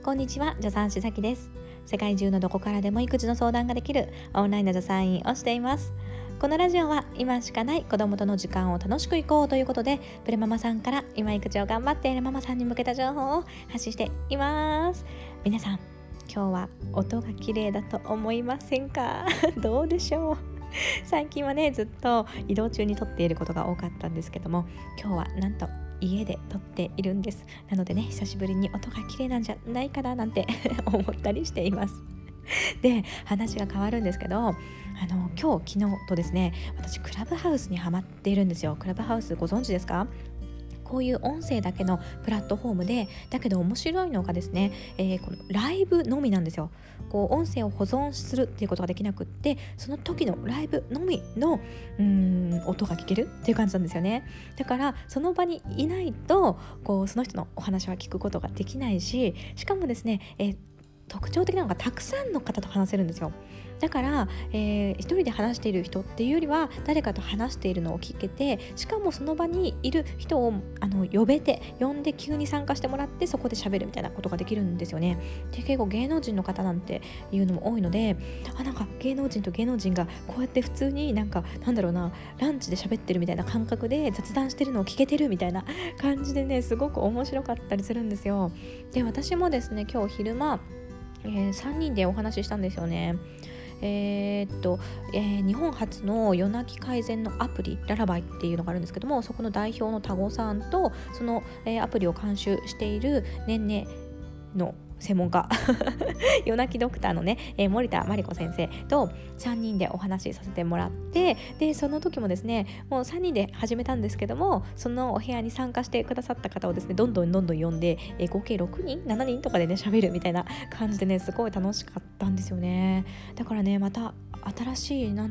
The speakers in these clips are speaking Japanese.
こんにちは、助産師さきです。世界中のどこからでも育児の相談ができるオンラインの助産院をしています。このラジオは今しかない子供との時間を楽しくいこうということで、プレママさんから今育児を頑張っているママさんに向けた情報を発信しています。皆さん、今日は音が綺麗だと思いませんか？どうでしょう？最近はね、ずっと移動中に撮っていることが多かったんですけども、今日はなんと家で撮っているんです。なのでね、久しぶりに音が綺麗なんじゃないかななんて思ったりしています。で、話が変わるんですけど、今日昨日とですね、私クラブハウスにハマっているんですよ。クラブハウスご存知ですか？こういう音声だけのプラットフォームで、だけど面白いのがですね、このライブのみなんですよ。こう音声を保存するっていうことができなくって、その時のライブのみの音が聞けるっていう感じなんですよね。だからその場にいないとその人のお話は聞くことができないし、しかもですね、特徴的なのがたくさんの方と話せるんですよ。だから、一人で話している人っていうよりは誰かと話しているのを聞けて、しかもその場にいる人を呼んで急に参加してもらって、そこで喋るみたいなことができるんですよね。で、結構芸能人の方なんていうのも多いので、なんか芸能人と芸能人がこうやって普通にランチで喋ってるみたいな感覚で雑談してるのを聞けてるみたいな感じでね、すごく面白かったりするんですよ。で、私もですね、今日昼間3人でお話ししたんですよね。日本初の夜泣き改善のアプリララバイっていうのがあるんですけども、そこの代表のタゴさんと、その、アプリを監修しているねんねの専門家夜泣きドクターのね、森田真理子先生と3人でお話しさせてもらって、でその時もですね、もう3人で始めたんですけども、そのお部屋に参加してくださった方をですね、どんどん呼んで、合計6人7人とかでね喋るみたいな感じでね、すごい楽しかったんですよね。だからね、また新しい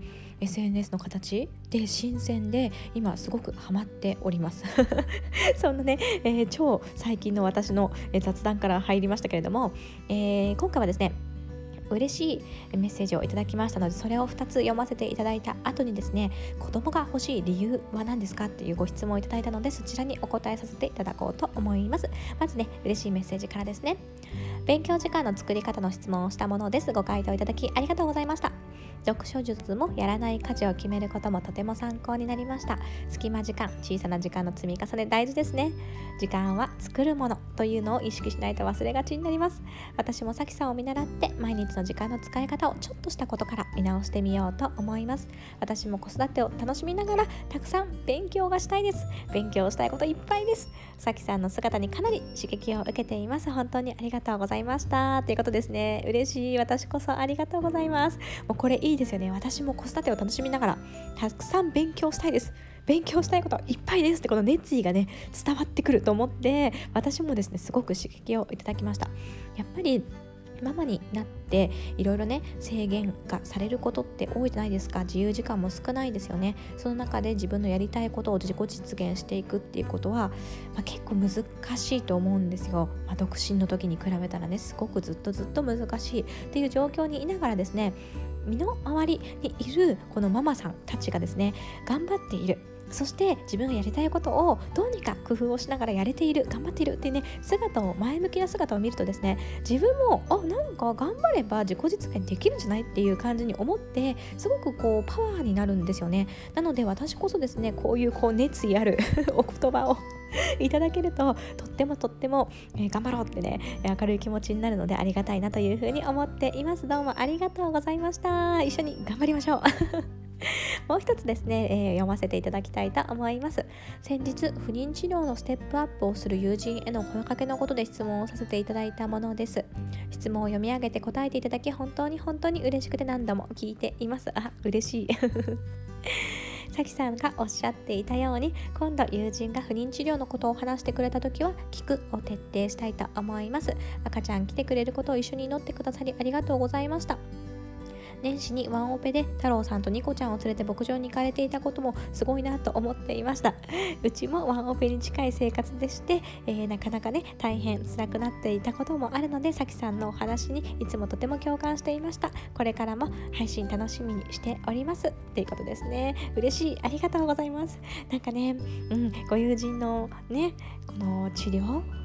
SNS の形で新鮮で、今すごくハマっておりますそんなね、超最近の私の雑談から入りましたけれども、今回はですね、嬉しいメッセージをいただきましたので、それを2つ読ませていただいた後にですね、子供が欲しい理由は何ですかっていうご質問をいただいたので、そちらにお答えさせていただこうと思います。まずね、嬉しいメッセージからですね。勉強時間の作り方の質問をしたものです。ご回答いただきありがとうございました。読書術もやらない家事を決めることもとても参考になりました。隙間時間、小さな時間の積み重ね大事ですね。時間は作るものというのを意識しないと忘れがちになります。私もさきさんを見習って毎日の時間の使い方をちょっとしたことから見直してみようと思います。私も子育てを楽しみながらたくさん勉強がしたいです。勉強したいこといっぱいです。さきさんの姿にかなり刺激を受けています。本当にありがとうございましたということですね。嬉しい。私こそありがとうございます。もうこれいいですよね。私も子育てを楽しみながらたくさん勉強したいです。勉強したいこといっぱいですってこの熱意がね伝わってくると思って、私もですねすごく刺激をいただきました。やっぱりママになっていろいろね制限がされることって多いじゃないですか。自由時間も少ないですよね。その中で自分のやりたいことを自己実現していくっていうことは、結構難しいと思うんですよ。独身の時に比べたらね、すごくずっと難しいっていう状況にいながらですね、身の回りにいるこのママさんたちがですね頑張っている、そして自分がやりたいことをどうにか工夫をしながらやれている、頑張っているっていうね前向きな姿を見るとですね、自分もなんか頑張れば自己実現できるんじゃないっていう感じに思って、すごくパワーになるんですよね。なので私こそですね、こういう熱意あるお言葉をいただけるととっても、頑張ろうってね明るい気持ちになるので、ありがたいなというふうに思っています。どうもありがとうございました。一緒に頑張りましょうもう一つですね、読ませていただきたいと思います。先日不妊治療のステップアップをする友人への声かけのことで質問をさせていただいたものです。質問を読み上げて答えていただき本当に嬉しくて何度も聞いています。嬉しいさきさんがおっしゃっていたように、今度友人が不妊治療のことを話してくれたときは聞くを徹底したいと思います。赤ちゃん来てくれることを一緒に祈ってくださりありがとうございました。年始にワンオペで太郎さんとニコちゃんを連れて牧場に行かれていたこともすごいなと思っていました。うちもワンオペに近い生活でして、なかなかね大変辛くなっていたこともあるので、さきさんのお話にいつもとても共感していました。これからも配信楽しみにしておりますっていうことですね。嬉しい、ありがとうございます。なんかね、ご友人のねこの治療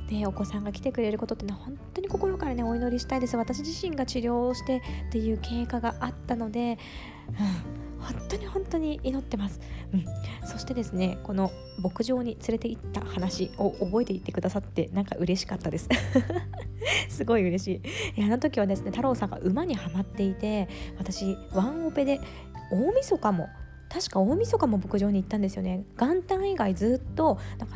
でお子さんが来てくれることってのは本当に心からねお祈りしたいです。私自身が治療をしてっていう経過があったので、本当に祈ってます。そしてですね、この牧場に連れて行った話を覚えていてくださってなんか嬉しかったですすごい嬉しい。あの時はですね、太郎さんが馬にはまっていて、私ワンオペで確か大晦日も牧場に行ったんですよね。元旦以外ずっとなんか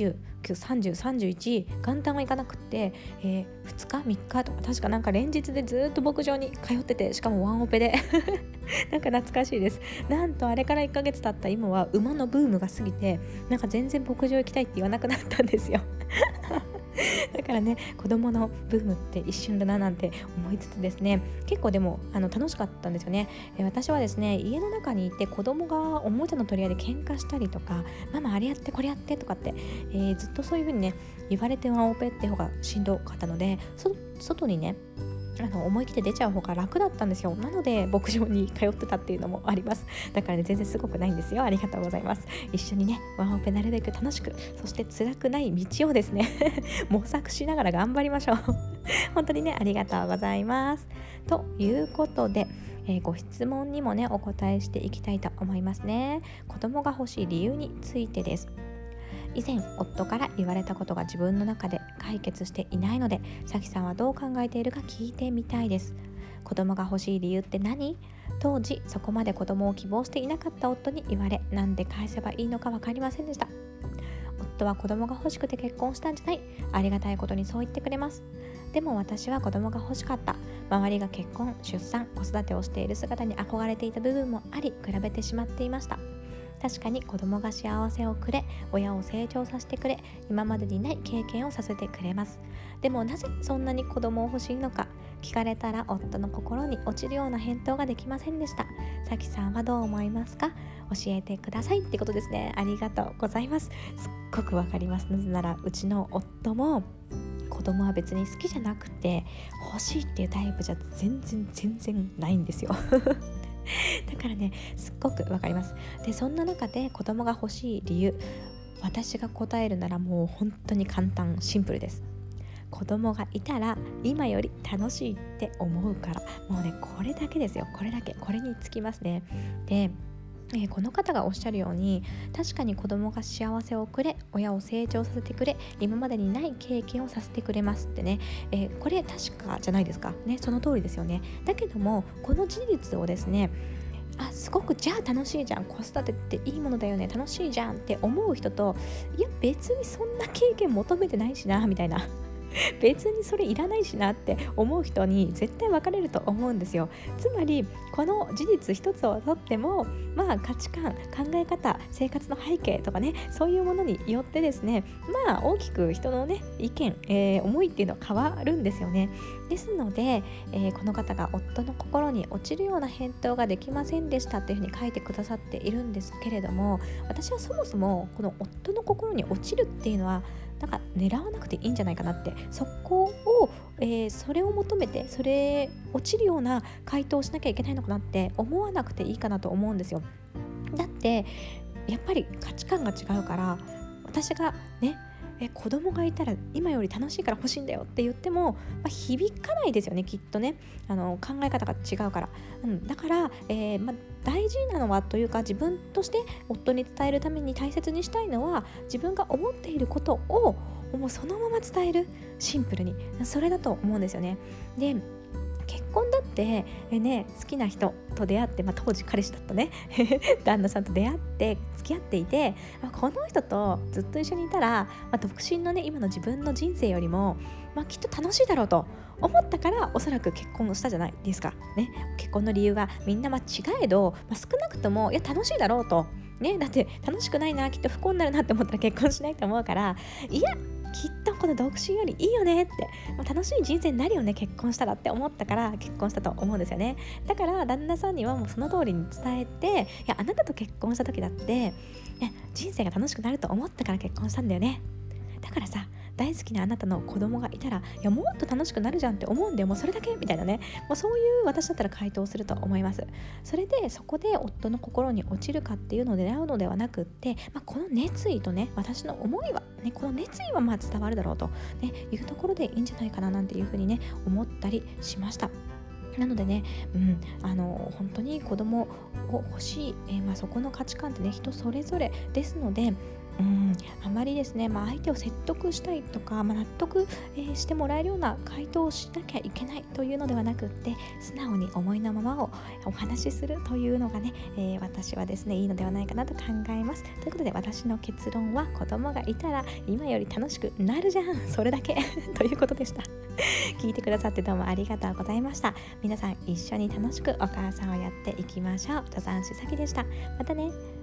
29、30、31元旦は行かなくって、2日3日とか確かなんか連日でずっと牧場に通ってて、しかもワンオペでなんか懐かしいです。なんとあれから1ヶ月経った今は馬のブームが過ぎて、なんか全然牧場行きたいって言わなくなったんですよだからね、子供のブームって一瞬だななんて思いつつですね、結構でも楽しかったんですよね。私はですね、家の中にいて子供がおもちゃの取り合いで喧嘩したりとか、ママあれやってこれやってとかって、ずっとそういう風にね言われてワンオペって方がしんどかったので、外にね思い切って出ちゃう方が楽だったんですよ。なので牧場に通ってたっていうのもあります。だからね、全然すごくないんですよ。ありがとうございます。一緒にねワンオペなるべく楽しく、そして辛くない道をですね模索しながら頑張りましょう本当にね、ありがとうございます。ということで、ご質問にもねお答えしていきたいと思いますね。子供が欲しい理由についてです。以前夫から言われたことが自分の中で解決していないので、さきさんはどう考えているか聞いてみたいです。子供が欲しい理由って何？当時そこまで子供を希望していなかった夫に言われ、なんで返せばいいのか分かりませんでした。夫は子供が欲しくて結婚したんじゃない、ありがたいことにそう言ってくれます。でも私は子供が欲しかった。周りが結婚、出産、子育てをしている姿に憧れていた部分もあり、比べてしまっていました。確かに子供が幸せをくれ、親を成長させてくれ、今までにない経験をさせてくれます。でもなぜそんなに子供を欲しいのか聞かれたら、夫の心に落ちるような返答ができませんでした。さきさんはどう思いますか？教えてくださいってことですね。ありがとうございます。すっごくわかります。なぜならうちの夫も子供は別に好きじゃなくて欲しいっていうタイプじゃ全然ないんですよだからね、すっごくわかります。で、そんな中で子供が欲しい理由、私が答えるならもう本当に簡単、シンプルです。子供がいたら今より楽しいって思うから。もうね、これだけですよ。これだけ、これにつきますね。で、この方がおっしゃるように、確かに子供が幸せをくれ、親を成長させてくれ、今までにない経験をさせてくれますってね、これ確かじゃないですかね。その通りですよね。だけどもこの事実をですね、すごくじゃあ楽しいじゃん、子育てっていいものだよね、楽しいじゃんって思う人と、いや別にそんな経験求めてないしなみたいな別にそれいらないしなって思う人に絶対分かれると思うんですよ。つまりこの事実一つをとっても、価値観、考え方、生活の背景とかね、そういうものによってですね、大きく人のね意見、思いっていうのは変わるんですよね。ですので、この方が夫の心に落ちるような返答ができませんでしたっていうふうに書いてくださっているんですけれども、私はそもそもこの夫の心に落ちるっていうのはなんか狙わなくていいんじゃないかなって、そこを、それを求めて、それ落ちるような回答をしなきゃいけないのかなって思わなくていいかなと思うんですよ。だってやっぱり価値観が違うから、私がね子供がいたら今より楽しいから欲しいんだよって言っても、響かないですよね、きっとね。考え方が違うから、だから、大事なのはというか、自分として夫に伝えるために大切にしたいのは、自分が思っていることをもうそのまま伝える、シンプルに、それだと思うんですよね。で、結婚だって好きな人と出会って、当時彼氏だったね旦那さんと出会って付き合っていて、この人とずっと一緒にいたら、独身のね今の自分の人生よりも、きっと楽しいだろうと思ったから、おそらく結婚をしたじゃないですかね。結婚の理由がみんな違えど、少なくとも楽しいだろうとね。だって楽しくないな、きっと不幸になるなって思ったら結婚しないと思うから、いやきっとこの独身よりいいよねって、楽しい人生になるよね結婚したらって思ったから結婚したと思うんですよね。だから旦那さんにはもうその通りに伝えて、いやあなたと結婚した時だって、人生が楽しくなると思ったから結婚したんだよね。だからさ、 大好きなあなたの子供がいたら、いやもっと楽しくなるじゃんって思うんだよ、もうそれだけみたいなね、もうそういう私だったら回答すると思います。それでそこで夫の心に落ちるかっていうのを狙うのではなくって、この熱意とね、私の思いはね、この熱意は伝わるだろうと、ね、いうところでいいんじゃないかななんていうふうにね思ったりしました。なのでね、本当に子供を欲しい、そこの価値観ってね人それぞれですので、あまりですね、相手を説得したいとか、納得、してもらえるような回答をしなきゃいけないというのではなくって、素直に思いのままをお話しするというのがね、私はですねいいのではないかなと考えます。ということで、私の結論は、子供がいたら今より楽しくなるじゃん、それだけということでした。聞いてくださってどうもありがとうございました。皆さん一緒に楽しくお母さんをやっていきましょう。助産師さきでした。またね。